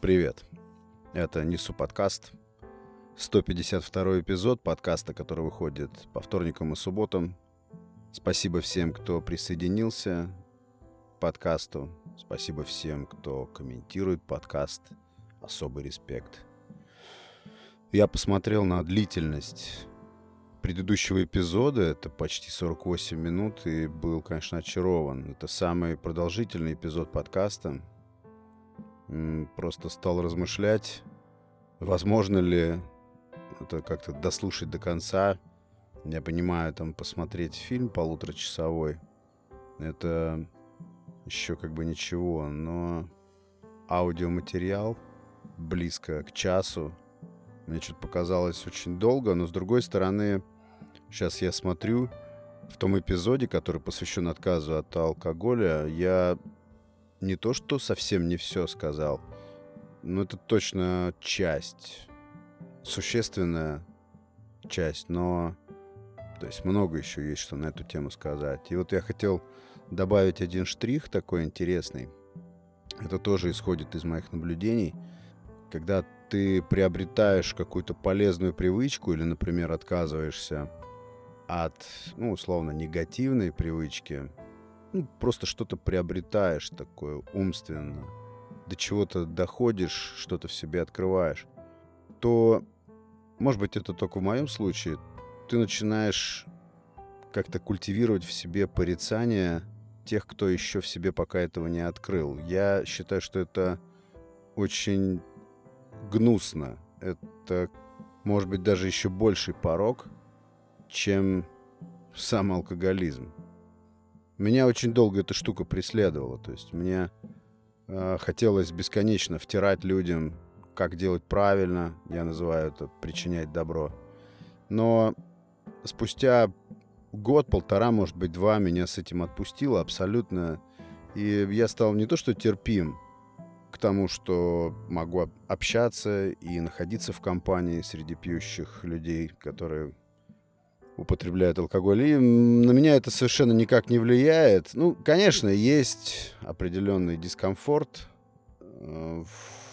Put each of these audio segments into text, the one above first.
Привет, это Несу подкаст, 152 эпизод подкаста, который выходит по вторникам и субботам. Спасибо всем, кто присоединился к подкасту, спасибо всем, кто комментирует подкаст, особый респект. Я посмотрел на длительность предыдущего эпизода, это почти 48 минут, и был, конечно, очарован. Это самый продолжительный эпизод подкаста. Просто стал размышлять, возможно ли это как-то дослушать до конца. Я понимаю, там посмотреть фильм полуторачасовой, это еще как бы ничего, но аудиоматериал близко к часу мне что-то показалось очень долго, но с другой стороны, сейчас я смотрю, в том эпизоде, который посвящен отказу от алкоголя, я не то что совсем не все сказал, но это точно часть, существенная часть, но то есть много еще есть, что на эту тему сказать. И вот я хотел добавить один штрих такой интересный. Это тоже исходит из моих наблюдений. Когда ты приобретаешь какую-то полезную привычку или, например, отказываешься от, условно, негативной привычки, просто что-то приобретаешь такое умственно, до чего-то доходишь, что-то в себе открываешь, то, может быть, это только в моем случае, ты начинаешь как-то культивировать в себе порицание тех, кто еще в себе пока этого не открыл. Я считаю, что это очень гнусно. Это, может быть, даже еще больший порок, чем сам алкоголизм. Меня очень долго эта штука преследовала. То есть мне хотелось бесконечно втирать людям, как делать правильно. Я называю это причинять добро. Но спустя год, полтора, может быть, два, меня с этим отпустило абсолютно. И я стал не то что терпим к тому, что могу общаться и находиться в компании среди пьющих людей, которые употребляют алкоголь. И на меня это совершенно никак не влияет. Конечно, есть определенный дискомфорт в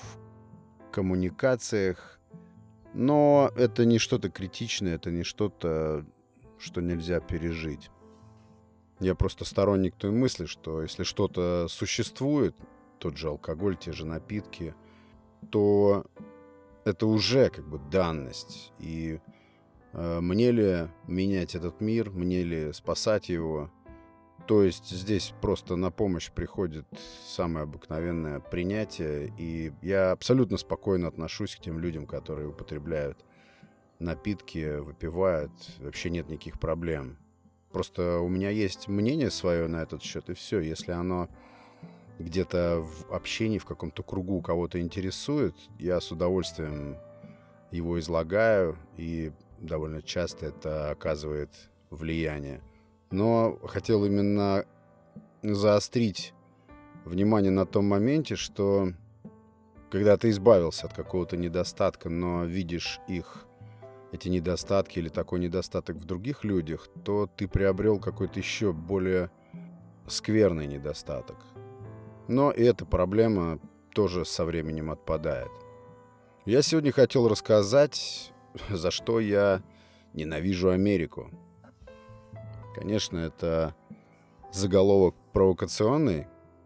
коммуникациях, но это не что-то критичное, это не что-то, что нельзя пережить. Я просто сторонник той мысли, что если что-то существует, тот же алкоголь, те же напитки, то это уже как бы данность. И мне ли менять этот мир, мне ли спасать его? То есть здесь просто на помощь приходит самое обыкновенное принятие, и я абсолютно спокойно отношусь к тем людям, которые употребляют напитки, выпивают, вообще нет никаких проблем. Просто у меня есть мнение свое на этот счет, и все. Если оно где-то в общении, в каком-то кругу у кого-то интересует, я с удовольствием его излагаю, и довольно часто это оказывает влияние. Но хотел именно заострить внимание на том моменте, что когда ты избавился от какого-то недостатка, но видишь эти недостатки или такой недостаток в других людях, то ты приобрел какой-то еще более скверный недостаток. Но и эта проблема тоже со временем отпадает. Я сегодня хотел рассказать, за что я ненавижу Америку. Конечно, это заголовок провокационный.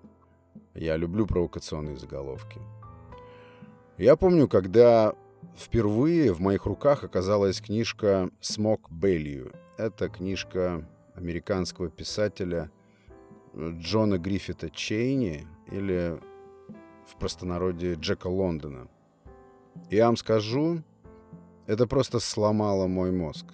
Я люблю провокационные заголовки. Я помню, когда впервые в моих руках оказалась книжка «Smoke Value». Это книжка американского писателя Джона Гриффита Чейни, или в простонародье Джека Лондона. Я вам скажу, это просто сломало мой мозг.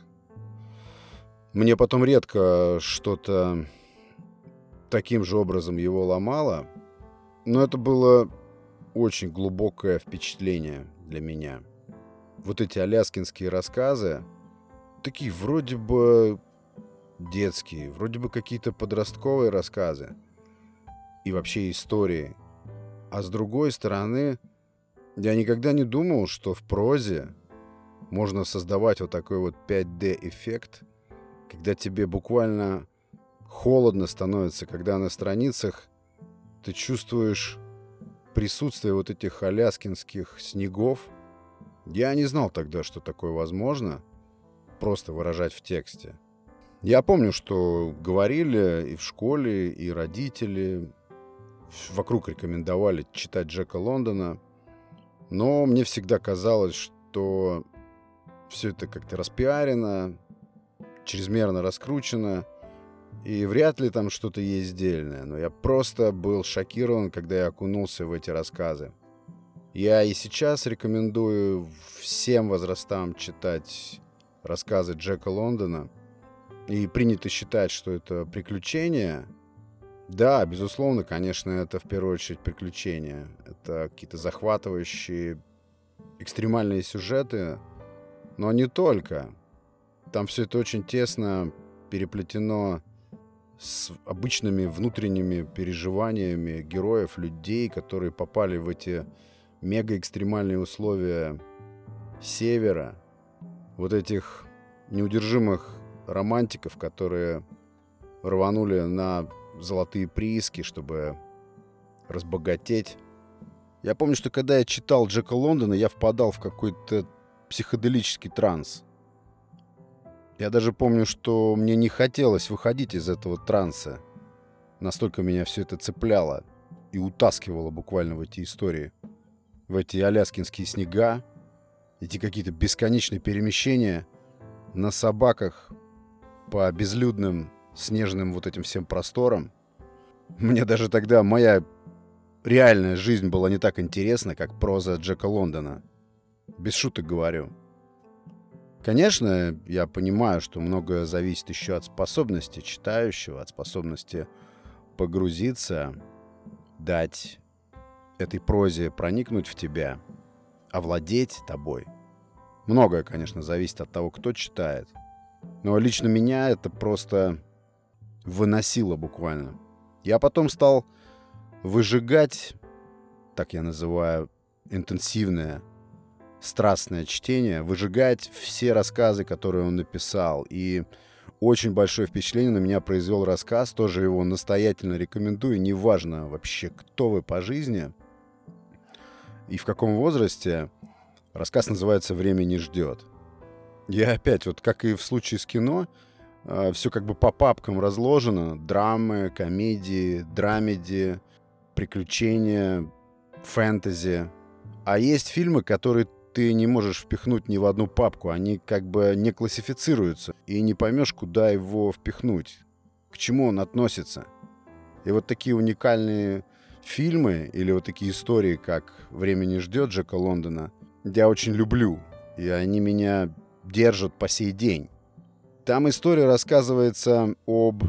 Мне потом редко что-то таким же образом его ломало, но это было очень глубокое впечатление для меня. Вот эти аляскинские рассказы, такие вроде бы детские, вроде бы какие-то подростковые рассказы и вообще истории. А с другой стороны, я никогда не думал, что в прозе можно создавать вот такой вот 5D-эффект, когда тебе буквально холодно становится, когда на страницах ты чувствуешь присутствие вот этих аляскинских снегов. Я не знал тогда, что такое возможно, просто выражать в тексте. Я помню, что говорили и в школе, и родители вокруг рекомендовали читать Джека Лондона, но мне всегда казалось, что все это как-то распиарено, чрезмерно раскручено, и вряд ли там что-то есть дельное. Но я просто был шокирован, когда я окунулся в эти рассказы. Я и сейчас рекомендую всем возрастам читать рассказы Джека Лондона. И принято считать, что это приключения. Да, безусловно, конечно, это в первую очередь приключения. Это какие-то захватывающие, экстремальные сюжеты, но не только. Там все это очень тесно переплетено с обычными внутренними переживаниями героев, людей, которые попали в эти мега-экстремальные условия севера. Вот этих неудержимых романтиков, которые рванули на золотые прииски, чтобы разбогатеть. Я помню, что когда я читал Джека Лондона, я впадал в какой-то психоделический транс. Я даже помню, что мне не хотелось выходить из этого транса. Настолько меня все это цепляло и утаскивало буквально в эти истории. В эти аляскинские снега, эти какие-то бесконечные перемещения на собаках по безлюдным снежным вот этим всем просторам. Мне даже тогда моя реальная жизнь была не так интересна, как проза Джека Лондона. Без шуток говорю. Конечно, я понимаю, что многое зависит еще от способности читающего, от способности погрузиться, дать этой прозе проникнуть в тебя, овладеть тобой. Многое, конечно, зависит от того, кто читает. Но лично меня это просто выносило буквально. Я потом стал выжигать, так я называю, интенсивное, страстное чтение, выжигать все рассказы, которые он написал. И очень большое впечатление на меня произвел рассказ, тоже его настоятельно рекомендую, неважно вообще, кто вы по жизни и в каком возрасте. Рассказ называется «Время не ждет». Я опять, вот как и в случае с кино, все как бы по папкам разложено. Драмы, комедии, драмеди, приключения, фэнтези. А есть фильмы, которые ты не можешь впихнуть ни в одну папку. Они как бы не классифицируются. И не поймешь, куда его впихнуть, к чему он относится. И вот такие уникальные фильмы или вот такие истории, как «Время не ждет» Джека Лондона, я очень люблю. И они меня держат по сей день. Там история рассказывается об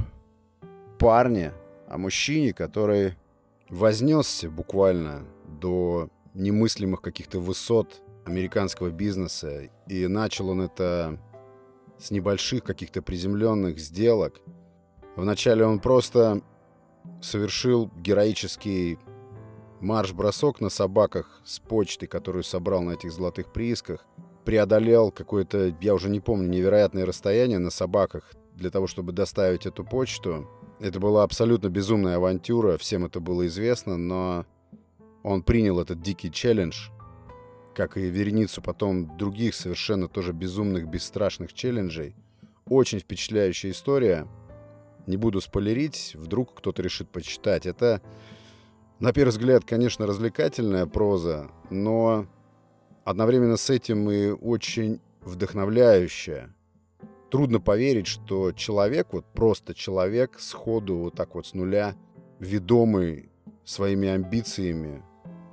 парне, о мужчине, который вознесся буквально до немыслимых каких-то высот американского бизнеса. И начал он это с небольших каких-то приземленных сделок. Вначале он просто совершил героический марш-бросок на собаках с почты, которую собрал на этих золотых приисках. Преодолел какое-то, я уже не помню, невероятное расстояние на собаках для того, чтобы доставить эту почту. Это была абсолютно безумная авантюра, всем это было известно, но он принял этот дикий челлендж, как и вереницу потом других совершенно тоже безумных, бесстрашных челленджей. Очень впечатляющая история. Не буду спойлерить, вдруг кто-то решит почитать. Это, на первый взгляд, конечно, развлекательная проза, но одновременно с этим и очень вдохновляющая. Трудно поверить, что человек, вот просто человек, сходу, вот так вот с нуля, ведомый своими амбициями,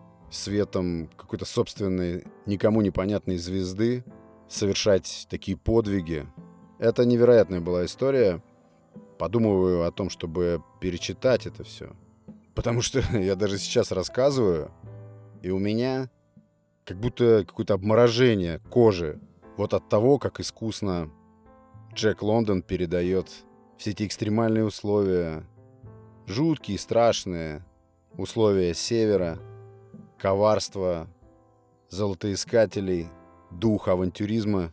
светом какой-то собственной, никому непонятной звезды, совершать такие подвиги. Это невероятная была история. Подумываю о том, чтобы перечитать это все. Потому что я даже сейчас рассказываю, и у меня как будто какое-то обморожение кожи вот от того, как искусно Джек Лондон передает все эти экстремальные условия, жуткие, страшные условия севера, коварство золотоискателей, дух авантюризма.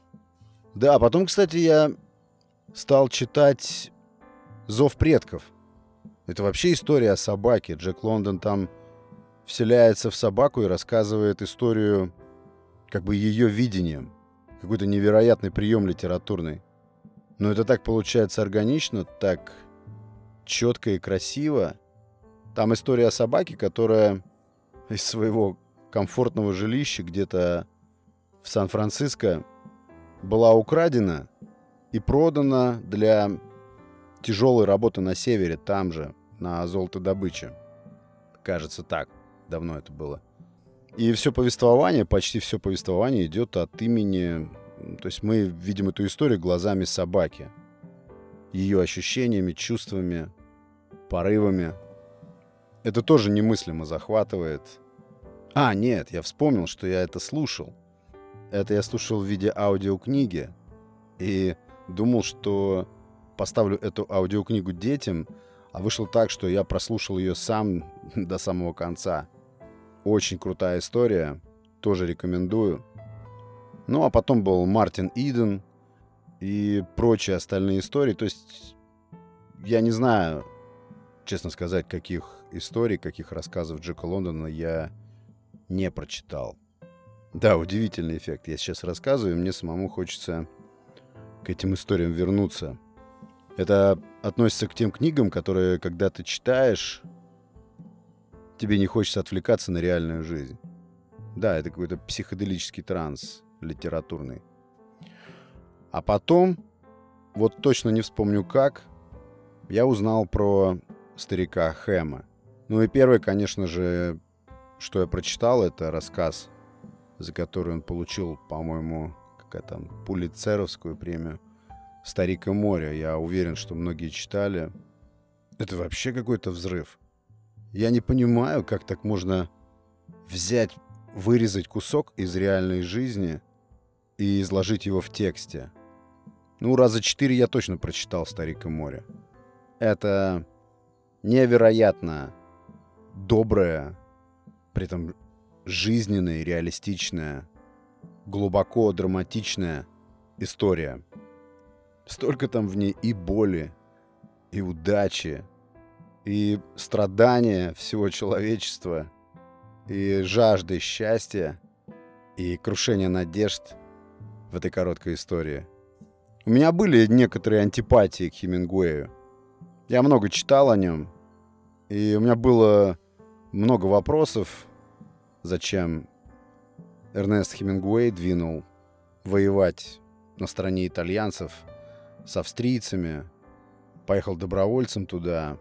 Да, потом, кстати, я стал читать «Зов предков». Это вообще история о собаке. Джек Лондон там вселяется в собаку и рассказывает историю как бы ее видением. Какой-то невероятный прием литературный. Но это так получается органично, так четко и красиво. Там история о собаке, которая из своего комфортного жилища где-то в Сан-Франциско была украдена и продана для тяжелой работы на севере, там же, на золотодобыче. Кажется, так. Давно это было. И все повествование, почти все повествование идет от имени... То есть мы видим эту историю глазами собаки. Ее ощущениями, чувствами, порывами. Это тоже немыслимо захватывает. Нет, я вспомнил, что я это слушал. Это я слушал в виде аудиокниги. И думал, что поставлю эту аудиокнигу детям, а вышло так, что я прослушал ее сам до самого конца. Очень крутая история, тоже рекомендую. Ну, а потом был Мартин Иден и прочие остальные истории. То есть я не знаю, честно сказать, каких историй, каких рассказов Джека Лондона я не прочитал. Да, удивительный эффект. Я сейчас рассказываю, и мне самому хочется к этим историям вернуться. Это относится к тем книгам, которые, когда ты читаешь, тебе не хочется отвлекаться на реальную жизнь. Да, это какой-то психоделический транс литературный. А потом, вот точно не вспомню как, я узнал про старика Хэма. Ну и первое, конечно же, что я прочитал, это рассказ, за который он получил, по-моему, Пулитцеровскую премию «Старик и море». Я уверен, что многие читали. Это вообще какой-то взрыв. Я не понимаю, как так можно взять, вырезать кусок из реальной жизни и изложить его в тексте. Ну, раза 4 я точно прочитал «Старик и море». Это невероятно добрая, при этом жизненная, реалистичная, глубоко драматичная история. Столько там в ней и боли, и удачи, и страдания всего человечества, и жажды счастья, и крушения надежд в этой короткой истории. У меня были некоторые антипатии к Хемингуэю. Я много читал о нем, и у меня было много вопросов, зачем Эрнест Хемингуэй двинул воевать на стороне итальянцев с австрийцами, поехал добровольцем туда.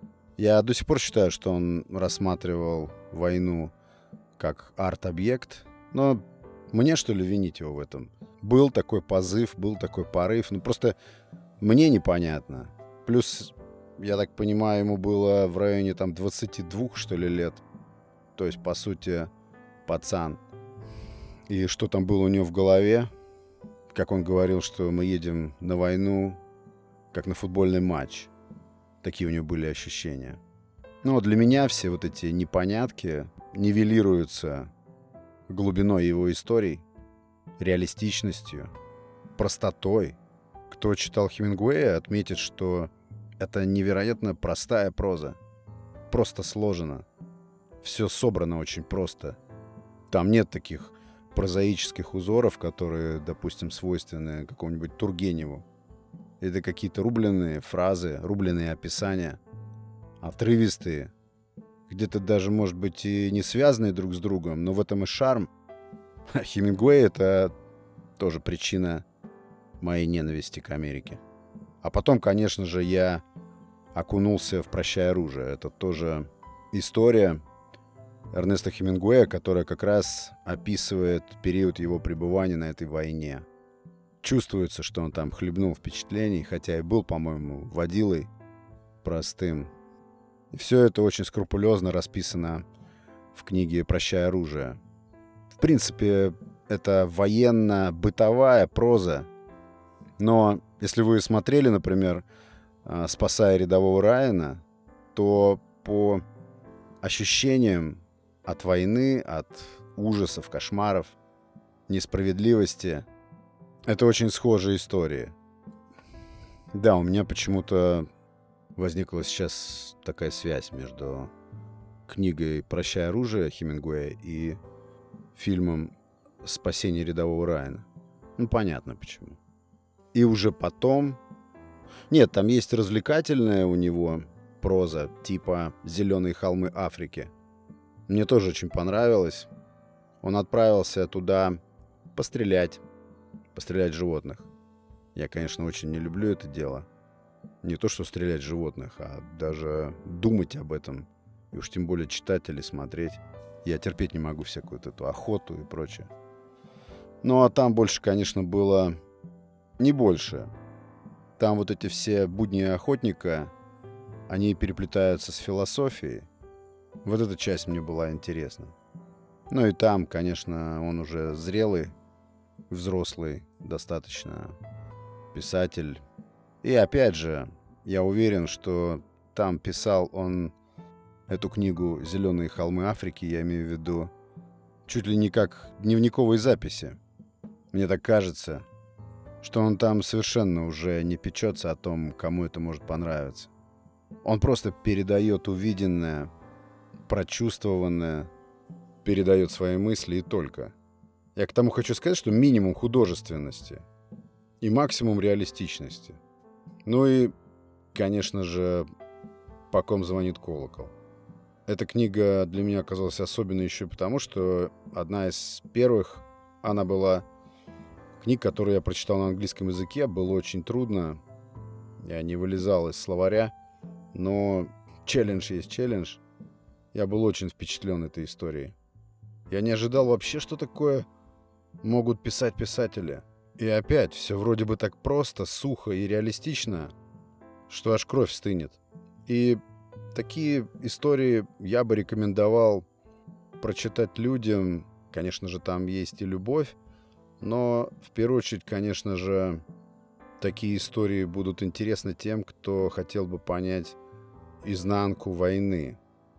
Я до сих пор считаю, что он рассматривал войну как арт-объект, но мне, что ли, винить его в этом? Был такой позыв, был такой порыв, просто мне непонятно. Плюс, я так понимаю, ему было в районе 22, что ли, лет. То есть, по сути, пацан. И что там было у него в голове? Как он говорил, что мы едем на войну, как на футбольный матч. Такие у него были ощущения. Но для меня все вот эти непонятки нивелируются глубиной его историй, реалистичностью, простотой. Кто читал Хемингуэя, отметит, что это невероятно простая проза. Просто сложено. Все собрано очень просто. Там нет таких прозаических узоров, которые, допустим, свойственны какому-нибудь Тургеневу. Это какие-то рубленые фразы, рубленые описания, отрывистые, где-то даже, может быть, и не связанные друг с другом, но в этом и шарм. А Хемингуэй — это тоже причина моей ненависти к Америке. А потом, конечно же, я окунулся в «Прощай, оружие». Это тоже история Эрнеста Хемингуэя, которая как раз описывает период его пребывания на этой войне. Чувствуется, что он там хлебнул впечатлений, хотя и был, по-моему, водилой простым. И все это очень скрупулезно расписано в книге «Прощай, оружие». В принципе, это военно-бытовая проза. Но если вы смотрели, например, «Спасая рядового Райана», то по ощущениям от войны, от ужасов, кошмаров, несправедливости, это очень схожие истории. Да, у меня почему-то возникла сейчас такая связь между книгой «Прощай, оружие» Хемингуэя и фильмом «Спасение рядового Райана». Ну, понятно почему. И уже потом... Нет, там есть развлекательная у него проза, типа «Зеленые холмы Африки». Мне тоже очень понравилось. Он отправился туда пострелять животных. Я, конечно, очень не люблю это дело. Не то, что стрелять животных, а даже думать об этом. И уж тем более читать или смотреть. Я терпеть не могу всякую вот эту охоту и прочее. Ну, а там больше, конечно, было... Не больше. Там вот эти все будни охотника, они переплетаются с философией. Вот эта часть мне была интересна. Ну и там, конечно, он уже зрелый, взрослый достаточно писатель. И опять же, я уверен, что там писал он эту книгу «Зеленые холмы Африки», я имею в виду, чуть ли не как дневниковые записи. Мне так кажется, что он там совершенно уже не печется о том, кому это может понравиться. Он просто передает увиденное, прочувствованное, передает свои мысли и только. Я к тому хочу сказать, что минимум художественности и максимум реалистичности. Ну и, конечно же, «По ком звонит колокол». Эта книга для меня оказалась особенной еще потому, что одна из первых, она была книг, которую я прочитал на английском языке. Было очень трудно. Я не вылезал из словаря. Но челлендж есть челлендж. Я был очень впечатлен этой историей. Я не ожидал вообще, что такое могут писать писатели. И опять, все вроде бы так просто, сухо и реалистично, что аж кровь стынет. И такие истории я бы рекомендовал прочитать людям. Конечно же, там есть и любовь, но в первую очередь, конечно же, такие истории будут интересны тем, кто хотел бы понять изнанку войны.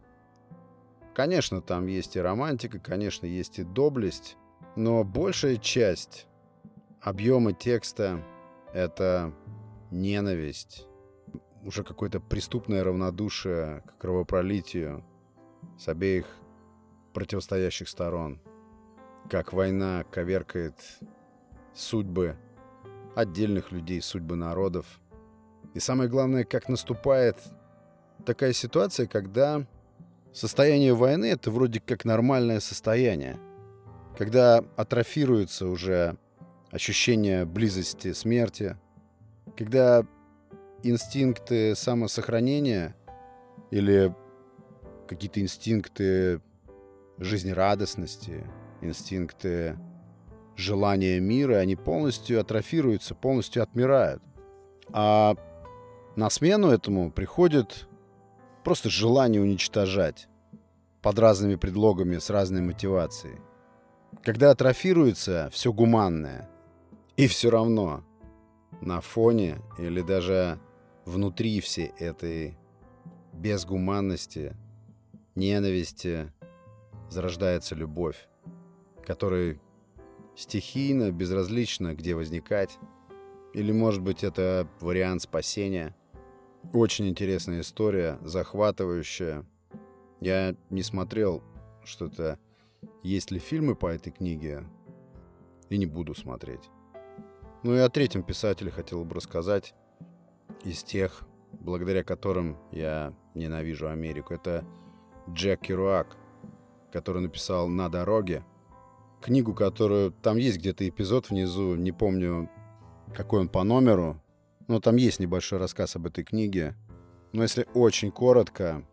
Конечно, там есть и романтика, конечно, есть и доблесть, но большая часть объема текста — это ненависть, уже какое-то преступное равнодушие к кровопролитию с обеих противостоящих сторон. Как война коверкает судьбы отдельных людей, судьбы народов. И самое главное, как наступает такая ситуация, когда состояние войны — это вроде как нормальное состояние. Когда атрофируется уже ощущение близости смерти, когда инстинкты самосохранения или какие-то инстинкты жизнерадостности, инстинкты желания мира, они полностью атрофируются, полностью отмирают. А на смену этому приходит просто желание уничтожать под разными предлогами, с разной мотивацией. Когда атрофируется все гуманное, и все равно на фоне или даже внутри всей этой безгуманности, ненависти зарождается любовь, которой стихийно, безразлично, где возникать. Или, может быть, это вариант спасения. Очень интересная история, захватывающая. Я не смотрел что-то, есть ли фильмы по этой книге, и не буду смотреть. Ну и о третьем писателе хотел бы рассказать, из тех, благодаря которым я ненавижу Америку. Это Джек Керуак, который написал «На дороге». Книгу, которую... Там есть где-то эпизод внизу, не помню, какой он по номеру, но там есть небольшой рассказ об этой книге. Но если очень коротко,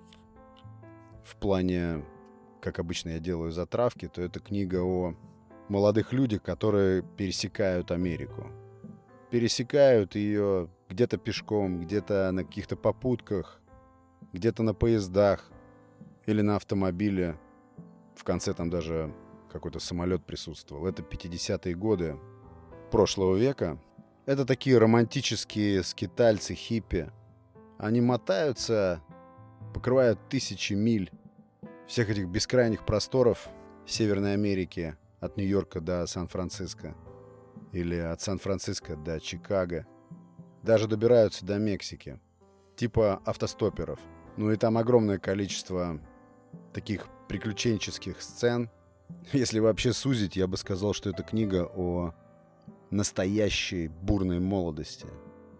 в плане, как обычно я делаю затравки, то это книга о молодых людях, которые пересекают Америку. Пересекают ее где-то пешком, где-то на каких-то попутках, где-то на поездах или на автомобиле. В конце там даже какой-то самолет присутствовал. Это 50-е годы прошлого века. Это такие романтические скитальцы, хиппи. Они мотаются, покрывают тысячи миль всех этих бескрайних просторов Северной Америки, от Нью-Йорка до Сан-Франциско или от Сан-Франциско до Чикаго. Даже добираются до Мексики. Типа автостоперов. Ну и там огромное количество таких приключенческих сцен. Если вообще сузить, я бы сказал, что это книга о настоящей бурной молодости.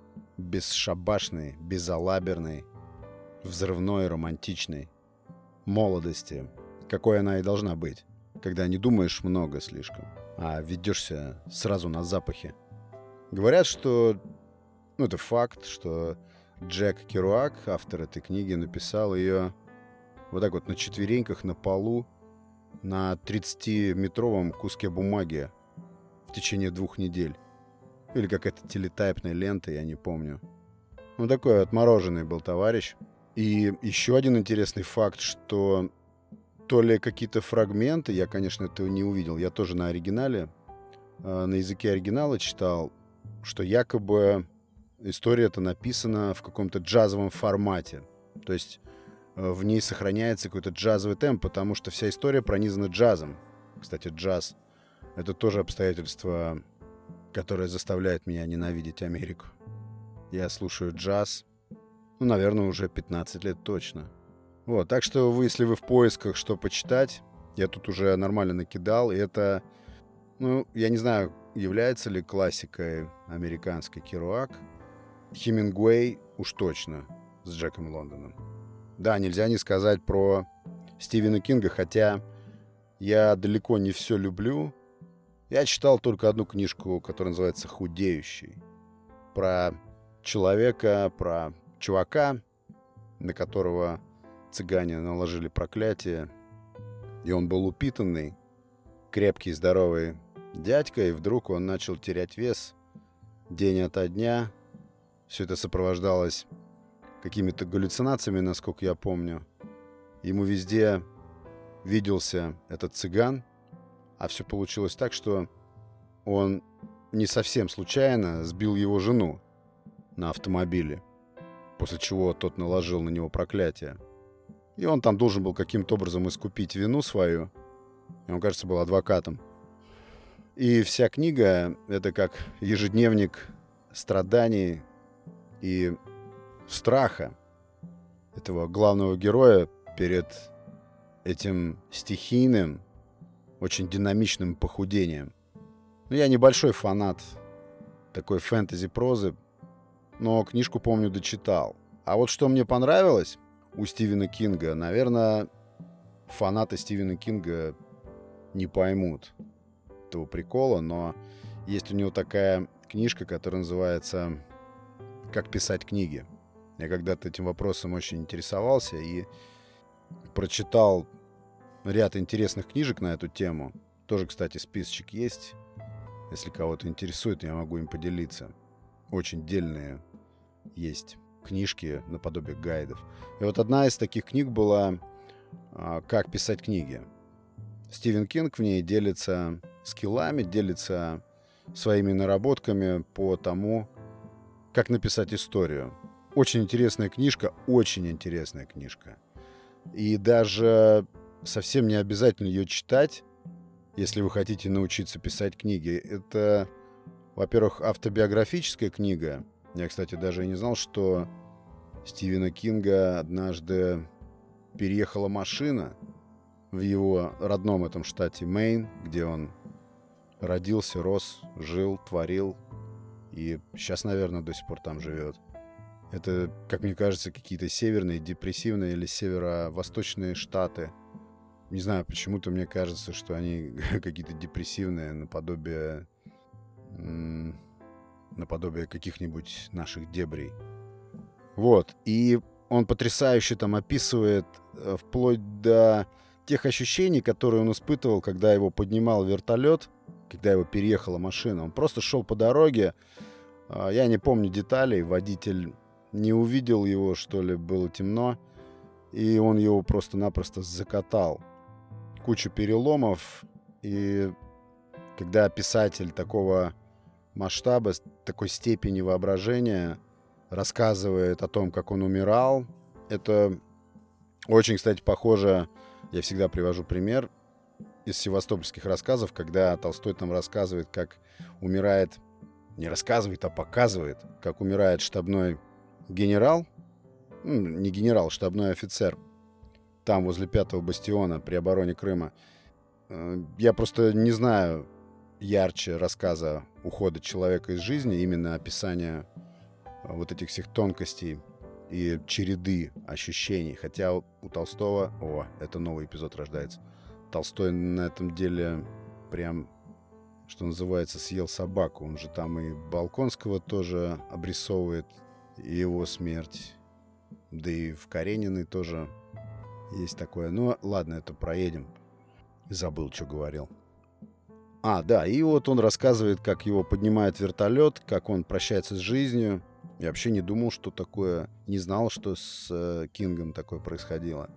Бесшабашной, безалаберной, взрывной, романтичной молодости, какой она и должна быть, когда не думаешь много слишком, а ведешься сразу на запахе. Говорят, что, это факт, что Джек Керуак, автор этой книги, написал ее вот так вот на четвереньках на полу на 30-метровом куске бумаги в течение 2 недель. Или какая-то телетайпная лента, я не помню. Такой отмороженный был товарищ. И еще один интересный факт, что то ли какие-то фрагменты, я, конечно, этого не увидел, я тоже на оригинале, на языке оригинала читал, что якобы история-то написана в каком-то джазовом формате. То есть в ней сохраняется какой-то джазовый темп, потому что вся история пронизана джазом. Кстати, джаз — это тоже обстоятельство, которое заставляет меня ненавидеть Америку. Я слушаю джаз, наверное, уже 15 лет точно. Так что если вы в поисках, что почитать, я тут уже нормально накидал, и это, я не знаю, является ли классикой американской Керуак. Хемингуэй уж точно с Джеком Лондоном. Да, нельзя не сказать про Стивена Кинга, хотя я далеко не все люблю. Я читал только одну книжку, которая называется «Худеющий». Про человека, про чувака, на которого цыгане наложили проклятие. И он был упитанный, крепкий, здоровый дядька, и вдруг он начал терять вес день ото дня. Все это сопровождалось какими-то галлюцинациями, насколько я помню. Ему везде виделся этот цыган, а все получилось так, что он не совсем случайно сбил его жену на автомобиле, после чего тот наложил на него проклятие. И он там должен был каким-то образом искупить вину свою. И он, кажется, был адвокатом. И вся книга — это как ежедневник страданий и страха этого главного героя перед этим стихийным, очень динамичным похудением. Я небольшой фанат такой фэнтези-прозы, но книжку, помню, дочитал. А вот что мне понравилось у Стивена Кинга, наверное, фанаты Стивена Кинга не поймут этого прикола, но есть у него такая книжка, которая называется «Как писать книги». Я когда-то этим вопросом очень интересовался и прочитал ряд интересных книжек на эту тему. Тоже, кстати, списочек есть. Если кого-то интересует, я могу им поделиться. Очень дельные есть книжки наподобие гайдов. И вот одна из таких книг была «Как писать книги». Стивен Кинг в ней делится скиллами, делится своими наработками по тому, как написать историю. Очень интересная книжка, очень интересная книжка. И даже совсем не обязательно ее читать, если вы хотите научиться писать книги. Это, во-первых, автобиографическая книга. Я, кстати, даже и не знал, что Стивена Кинга однажды переехала машина в его родном этом штате Мэйн, где он родился, рос, жил, творил. И сейчас, наверное, до сих пор там живет. Это, как мне кажется, какие-то северные, депрессивные или северо-восточные штаты. Не знаю, почему-то мне кажется, что они какие-то депрессивные, наподобие каких-нибудь наших дебрей. И он потрясающе там описывает вплоть до тех ощущений, которые он испытывал, когда его поднимал вертолет, когда его переехала машина. Он просто шел по дороге, я не помню деталей, водитель не увидел его, что ли, было темно, и он его просто-напросто закатал. Кучу переломов, и когда писатель такого масштаба, такой степени воображения рассказывает о том, как он умирал, это очень, кстати, похоже, я всегда привожу пример из севастопольских рассказов, когда Толстой там рассказывает, как умирает, не рассказывает, а показывает, как умирает штабной генерал, не генерал, штабной офицер там, возле Пятого бастиона, при обороне Крыма. Я просто не знаю ярче рассказа ухода человека из жизни, именно описания вот этих всех тонкостей и череды ощущений. Хотя у Толстого... это новый эпизод рождается. Толстой на этом деле прям, что называется, съел собаку. Он же там и Болконского тоже обрисовывает, и его смерть. Да и в Карениной тоже есть такое. Ну, ладно, это проедем. Забыл, что говорил. Да, и вот он рассказывает, как его поднимает вертолет, как он прощается с жизнью. Я вообще не думал, что такое... Не знал, что с Кингом такое происходило.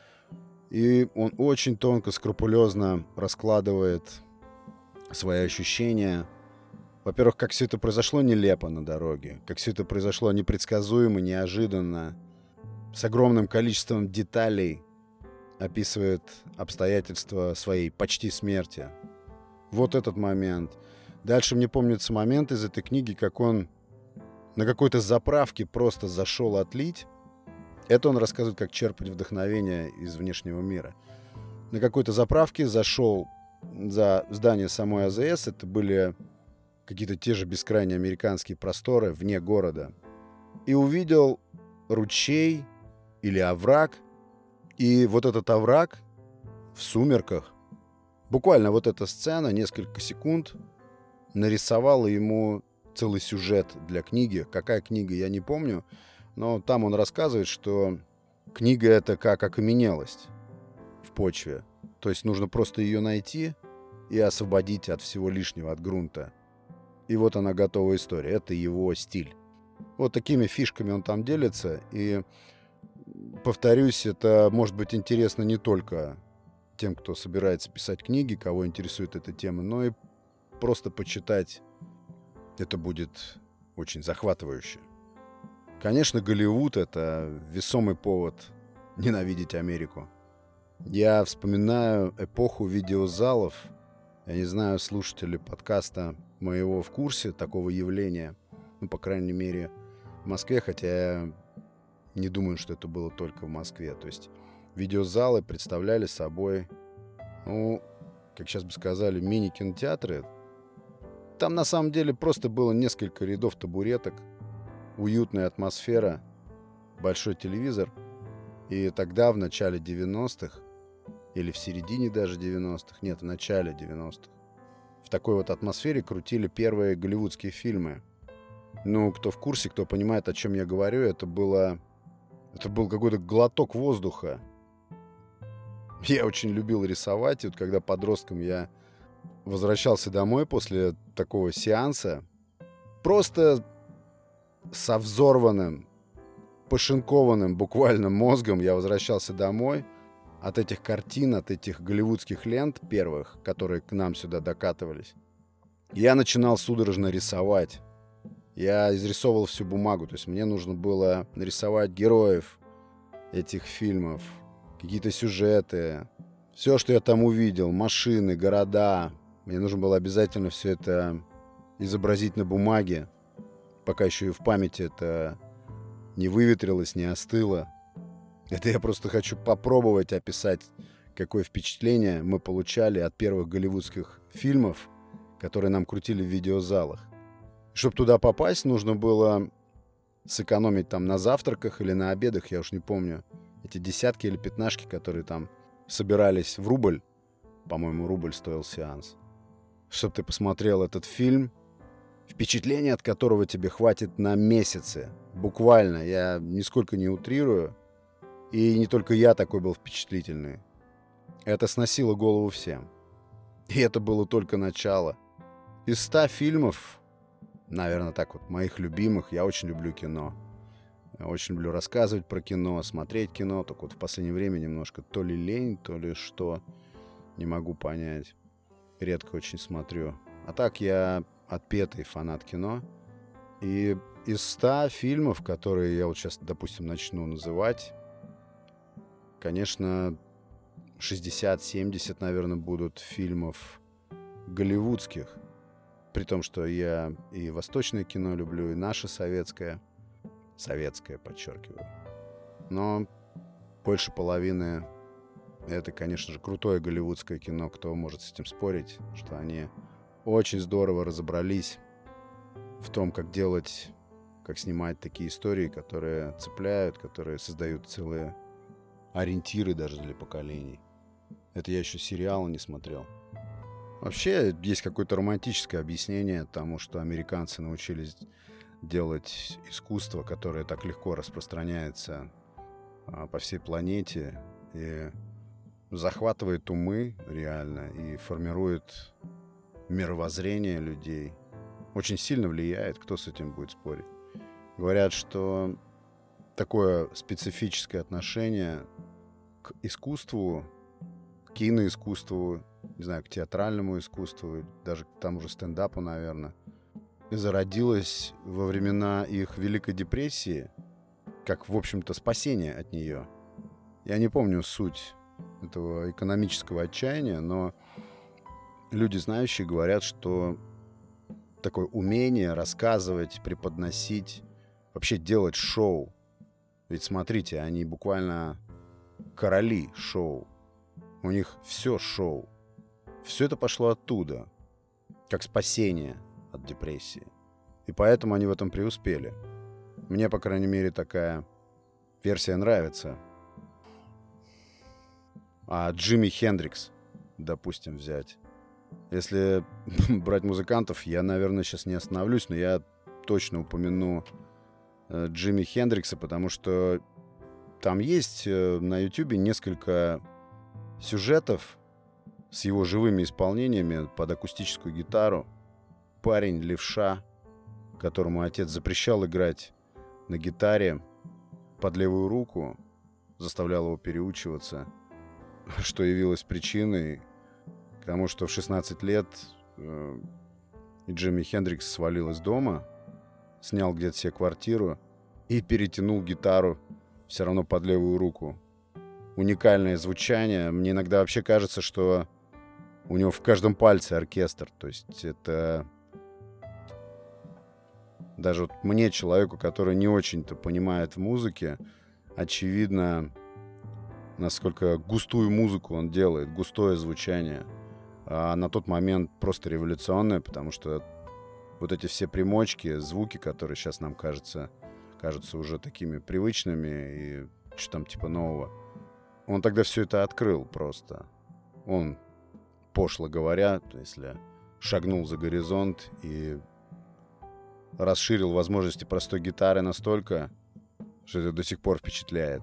И он очень тонко, скрупулезно раскладывает свои ощущения. Во-первых, как все это произошло нелепо на дороге. Как все это произошло непредсказуемо, неожиданно. С огромным количеством деталей описывает обстоятельства своей почти смерти. Вот этот момент. Дальше мне помнится момент из этой книги, как он на какой-то заправке просто зашел отлить. Это он рассказывает, как черпать вдохновение из внешнего мира. На какой-то заправке зашел за здание самой АЗС. Это были какие-то те же бескрайние американские просторы вне города. И увидел ручей или овраг. И вот этот овраг в сумерках, буквально вот эта сцена, несколько секунд, нарисовала ему целый сюжет для книги. Какая книга, я не помню. Но там он рассказывает, что книга — это как окаменелость в почве. То есть нужно просто ее найти и освободить от всего лишнего, от грунта. И вот она, готовая история. Это его стиль. Вот такими фишками он там делится. И, повторюсь, это может быть интересно не только тем, кто собирается писать книги, кого интересует эта тема, но и просто почитать. Это будет очень захватывающе. Конечно, Голливуд — это весомый повод ненавидеть Америку. Я вспоминаю эпоху видеозалов. Я не знаю, слушатели подкаста моего в курсе такого явления. Ну, по крайней мере, в Москве, хотя я не думаю, что это было только в Москве. То есть видеозалы представляли собой, как сейчас бы сказали, мини-кинотеатры. Там на самом деле просто было несколько рядов табуреток, уютная атмосфера, большой телевизор. И тогда, в начале 90-х, или в середине даже 90-х, нет, в начале 90-х, в такой вот атмосфере крутили первые голливудские фильмы. Ну, кто в курсе, кто понимает, о чем я говорю, это был какой-то глоток воздуха. Я очень любил рисовать, и вот когда подростком я возвращался домой после такого сеанса, просто со взорванным, пошинкованным буквально мозгом я возвращался домой от этих картин, от этих голливудских лент первых, которые к нам сюда докатывались. Я начинал судорожно рисовать. Я изрисовывал всю бумагу, то есть мне нужно было нарисовать героев этих фильмов, какие-то сюжеты, все, что я там увидел, машины, города. Мне нужно было обязательно все это изобразить на бумаге, пока еще и в памяти это не выветрилось, не остыло. Это я просто хочу попробовать описать, какое впечатление мы получали от первых голливудских фильмов, которые нам крутили в видеозалах. Чтобы туда попасть, нужно было сэкономить там на завтраках или на обедах, я уж не помню. Эти десятки или пятнашки, которые там собирались в рубль. По-моему, рубль стоил сеанс. Чтобы ты посмотрел этот фильм, впечатление от которого тебе хватит на месяцы. Буквально, я нисколько не утрирую. И не только я такой был впечатлительный. Это сносило голову всем. И это было только начало. Из 100 фильмов, наверное, так вот, моих любимых, я очень люблю кино. Я очень люблю рассказывать про кино, смотреть кино. Только вот в последнее время немножко то ли лень, то ли что. Не могу понять. Редко очень смотрю. А так я отпетый фанат кино. И из 100 фильмов, которые я вот сейчас, допустим, начну называть, конечно, 60-70, наверное, будут фильмов голливудских. При том, что я и восточное кино люблю, и наше советское. Советское, подчеркиваю. Но больше половины Это, конечно же, крутое голливудское кино, кто может с этим спорить, что они очень здорово разобрались в том, как делать, как снимать такие истории, которые цепляют, которые создают целые ориентиры даже для поколений. Это я еще сериалы не смотрел. Вообще, есть какое-то романтическое объяснение тому, что американцы научились делать искусство, которое так легко распространяется по всей планете и захватывает умы реально и формирует мировоззрение людей. Очень сильно влияет, кто с этим будет спорить. Говорят, что такое специфическое отношение к искусству, к киноискусству, не знаю, к театральному искусству, даже к тому же стендапу, наверное, зародилось во времена их Великой депрессии, как, в общем-то, спасение от нее. Я не помню суть этого экономического отчаяния, но люди, знающие, говорят, что такое умение рассказывать, преподносить, вообще делать шоу. Ведь смотрите, они буквально короли шоу. У них все шоу. Все это пошло оттуда, как спасение от депрессии. И поэтому они в этом преуспели. Мне, по крайней мере, такая версия нравится. А Джимми Хендрикс, допустим, взять. Если брать музыкантов, я, наверное, сейчас не остановлюсь, но я точно упомяну Джимми Хендрикса, потому что там есть на Ютубе несколько сюжетов с его живыми исполнениями под акустическую гитару. Парень левша, которому отец запрещал играть на гитаре под левую руку, заставлял его переучиваться, что явилось причиной к тому, что в 16 лет Джимми Хендрикс свалил из дома, снял где-то себе квартиру и перетянул гитару все равно под левую руку. Уникальное звучание. Мне иногда вообще кажется, что у него в каждом пальце оркестр. То есть это даже вот мне, человеку, который не очень-то понимает в музыке, очевидно, насколько густую музыку он делает, густое звучание. А на тот момент просто революционное, потому что вот эти все примочки, звуки, которые сейчас нам кажутся уже такими привычными и что там типа нового, он тогда все это открыл просто. Он, пошло говоря, если шагнул за горизонт и расширил возможности простой гитары настолько, что это до сих пор впечатляет.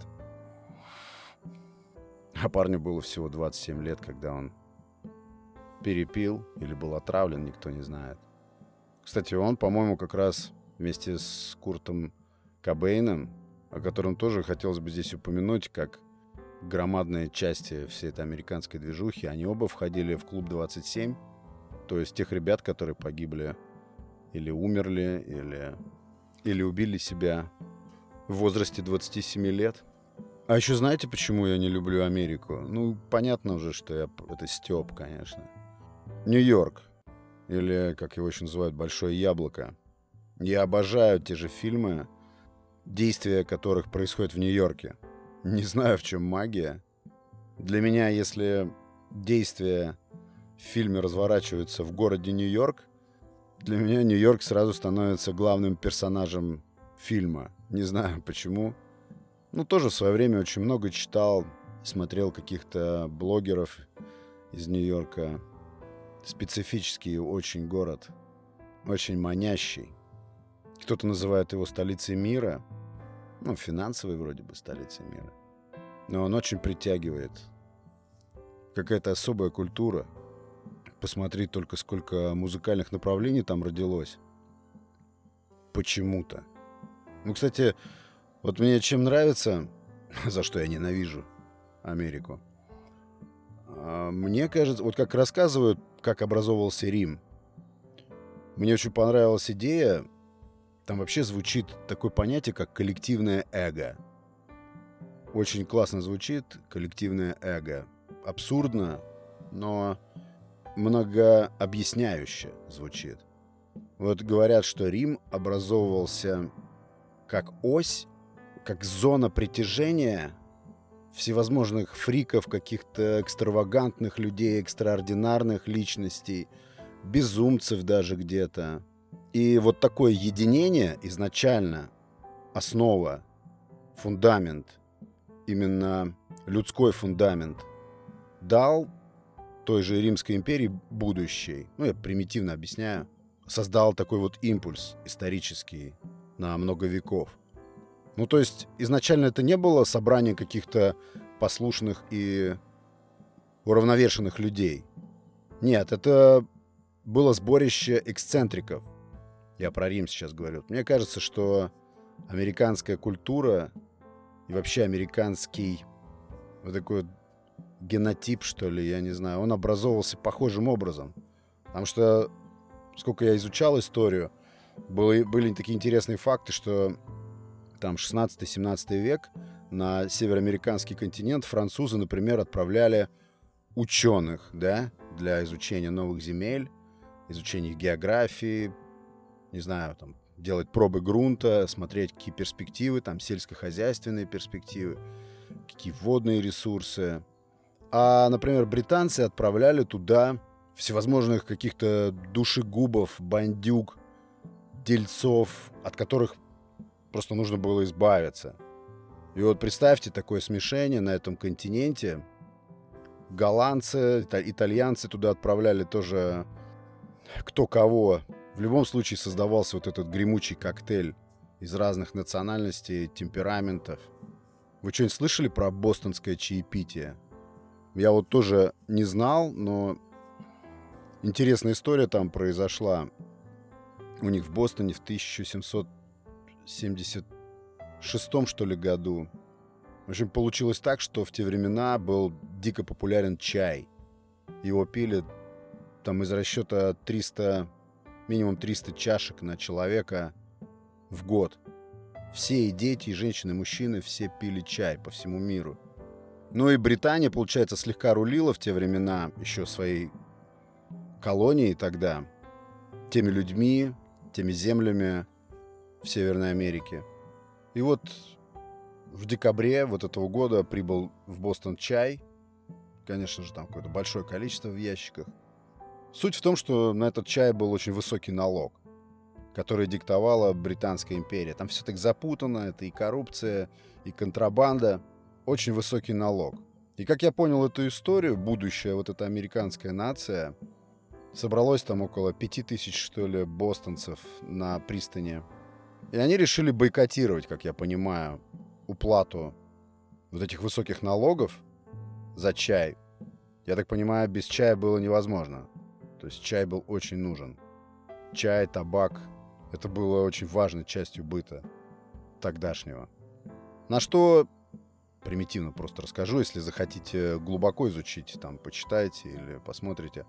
А парню было всего 27 лет, когда он перепил или был отравлен, никто не знает. Кстати, он, по-моему, как раз вместе с Куртом Кобейном, о котором тоже хотелось бы здесь упомянуть, как громадные части всей этой американской движухи, они оба входили в клуб 27, то есть тех ребят, которые погибли или умерли, или убили себя в возрасте 27 лет. А еще знаете, почему я не люблю Америку? Ну, понятно уже, что это стёб, конечно. Нью-Йорк, или, как его еще называют, Большое Яблоко. Я обожаю те же фильмы, действия которых происходят в Нью-Йорке. Не знаю, в чем магия. Для меня, если действия в фильме разворачиваются в городе Нью-Йорк, для меня Нью-Йорк сразу становится главным персонажем фильма. Не знаю почему. Ну, тоже в свое время очень много читал, смотрел каких-то блогеров из Нью-Йорка. Специфический очень город, очень манящий. Кто-то называет его столицей мира, ну, финансовой вроде бы столицей мира. Но он очень притягивает. Какая-то особая культура. Посмотри только, сколько музыкальных направлений там родилось. Почему-то. Ну, кстати, вот мне чем нравится, за что я ненавижу Америку. Мне кажется, вот как рассказывают, как образовывался Рим. Мне очень понравилась идея. Там вообще звучит такое понятие, как коллективное эго. Очень классно звучит коллективное эго. Абсурдно, но многообъясняюще звучит. Вот говорят, что Рим образовывался как ось, как зона притяжения всевозможных фриков, каких-то экстравагантных людей, экстраординарных личностей, безумцев даже где-то. И вот такое единение изначально, основа, фундамент, именно людской фундамент, дал той же Римской империи будущей, я примитивно объясняю, создал такой вот импульс исторический на много веков. То есть изначально это не было собрание каких-то послушных и уравновешенных людей. Нет, это было сборище эксцентриков. Я про Рим сейчас говорю. Мне кажется, что американская культура и вообще американский вот такой генотип, что ли, я не знаю, он образовывался похожим образом. Потому что, сколько я изучал историю, были такие интересные факты, что там 16-17 век на североамериканский континент французы, например, отправляли ученых, да, для изучения новых земель, изучения географии, не знаю, там, делать пробы грунта, смотреть, какие перспективы, там, сельскохозяйственные перспективы, какие водные ресурсы. А, например, британцы отправляли туда всевозможных каких-то душегубов, бандюк, дельцов, от которых просто нужно было избавиться. И вот представьте такое смешение на этом континенте. Голландцы, итальянцы туда отправляли тоже кто кого. В любом случае создавался вот этот гремучий коктейль из разных национальностей, темпераментов. Вы что-нибудь слышали про бостонское чаепитие? Я вот тоже не знал, но интересная история там произошла. У них в Бостоне в 1776, что ли, году. В общем, получилось так, что в те времена был дико популярен чай. Его пили там из расчета минимум 300 чашек на человека в год. Все, и дети, и женщины, и мужчины, все пили чай по всему миру. И Британия, получается, слегка рулила в те времена еще своей колонией тогда, теми людьми, теми землями в Северной Америке. И вот в декабре вот этого года прибыл в Бостон чай. Конечно же, там какое-то большое количество в ящиках. Суть в том, что на этот чай был очень высокий налог, который диктовала Британская империя. Там все так запутано, это и коррупция, и контрабанда. Очень высокий налог. И как я понял эту историю, будущая вот эта американская нация, собралось там около 5000, что ли, бостонцев на пристани. И они решили бойкотировать, как я понимаю, уплату вот этих высоких налогов за чай. Я так понимаю, без чая было невозможно. То есть чай был очень нужен. Чай, табак — это было очень важной частью быта тогдашнего. На что, примитивно просто расскажу, если захотите глубоко изучить, там, почитайте или посмотрите.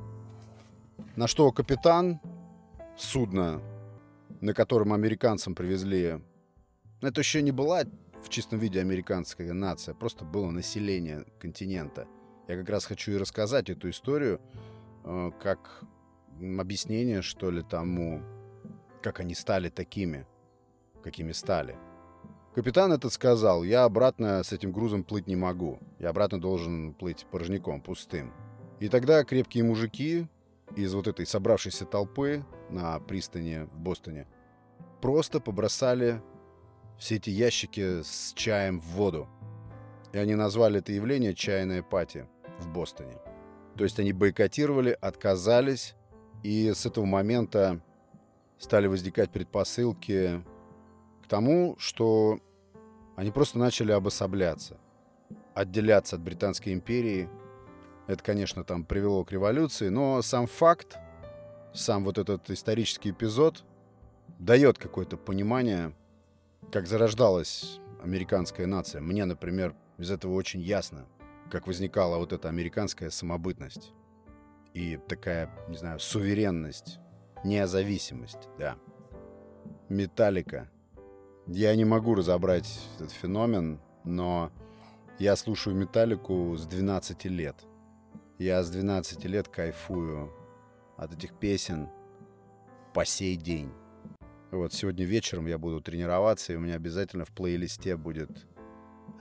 На что капитан судна, на котором американцам привезли... Это еще не была в чистом виде американская нация, просто было население континента. Я как раз хочу и рассказать эту историю как объяснение, что ли, тому, как они стали такими, какими стали. Капитан этот сказал: я обратно с этим грузом плыть не могу. Я обратно должен плыть порожняком, пустым. И тогда крепкие мужики из вот этой собравшейся толпы на пристани в Бостоне просто побросали все эти ящики с чаем в воду. И они назвали это явление «чайная пати» в Бостоне. То есть они бойкотировали, отказались, и с этого момента стали возникать предпосылки к тому, что они просто начали обособляться, отделяться от Британской империи. Это, конечно, там привело к революции, но сам факт, сам вот этот исторический эпизод дает какое-то понимание, как зарождалась американская нация. Мне, например, из этого очень ясно, как возникала вот эта американская самобытность и такая, не знаю, суверенность, независимость, да. Металлика. Я не могу разобрать этот феномен, но я слушаю Металлику с 12 лет. Я с 12 лет кайфую от этих песен по сей день. Вот сегодня вечером я буду тренироваться, и у меня обязательно в плейлисте будет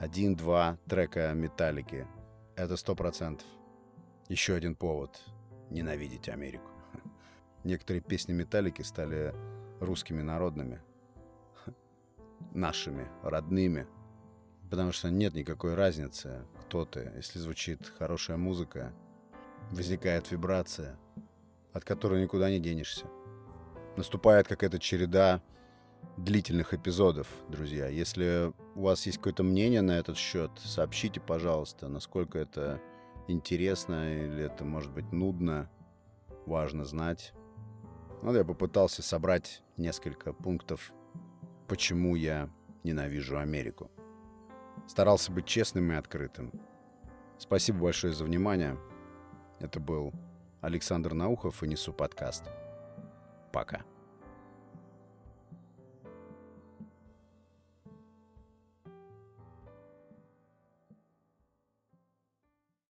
1-2 трека Металлики. Это 100%. Еще один повод ненавидеть Америку. Некоторые песни Металлики стали русскими народными. Нашими, родными. Потому что нет никакой разницы, кто ты. Если звучит хорошая музыка, возникает вибрация, от которой никуда не денешься. Наступает какая-то череда длительных эпизодов, друзья. Если у вас есть какое-то мнение на этот счет, сообщите, пожалуйста, насколько это интересно или это может быть нудно, важно знать. Вот я попытался собрать несколько пунктов, почему я ненавижу Америку. Старался быть честным и открытым. Спасибо большое за внимание. Это был Александр Наухов и Несу подкаст. Пока.